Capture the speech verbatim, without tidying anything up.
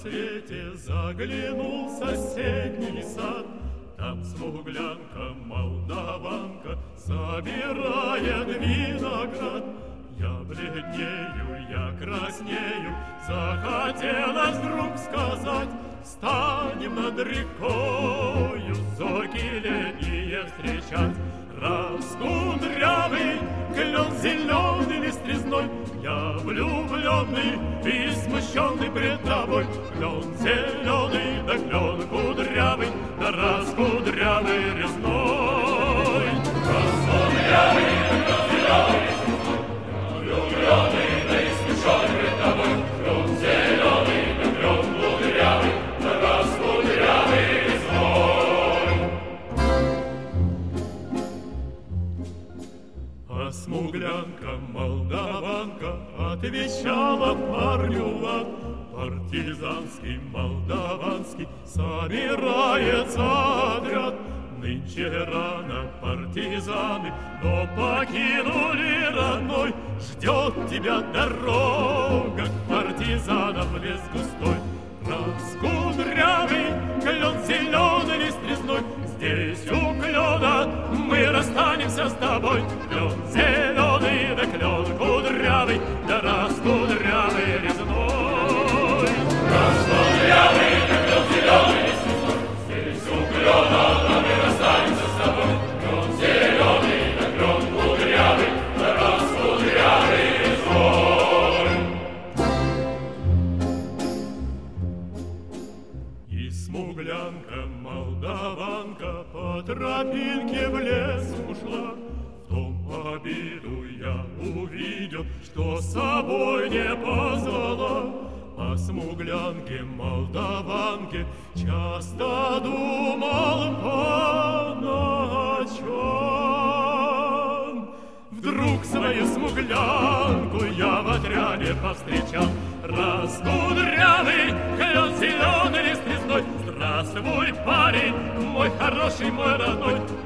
рассвете заглянул в соседний сад. Там смуглянка, молдаванка собирает виноград. Я бледнею, я краснею, захотелось вдруг сказать: встанем над рекою, зорьки летние встречать. Раскудрявый клен зеленый лист-резной, я влюбленный и смущенный пред тобой. Клен зеленый, да клен кудрявый, да раскудрявый резной. Раскудрявый, да клен зеленый, я влюбленный, да и смущенный пред тобой. Клен зеленый, да клен кудрявый, да раскудрявый резной. А смуглянка, молдаванка отвечала парню лад. Партизанский, молдаванский собирается отряд. Нынче рано партизаны, но покинули родной. Ждет тебя дорога к партизанам в лес густой. Раскудрявый клен зеленый лист резной, здесь у клена мы расстанемся с тобой. Клен зеленый, да клен кудрявый, да раскудрявый резной. Раскудрявый, да клен зеленый лист резной, здесь у клена мы расстанемся с тобой. Клен зеленый, да клен кудрявый, да раскудрявый резной. И смуглянка, молдаванка по тропинке в лес ушла. В том обиду я увидел, что с собой не позвала. О смуглянке, молдаванке часто думал по ночам. Вдруг свою смуглянку я в отряде повстречал. Раскудрявый клен зеленый лист резной, здравствуй, парень, мой хороший, мой родной.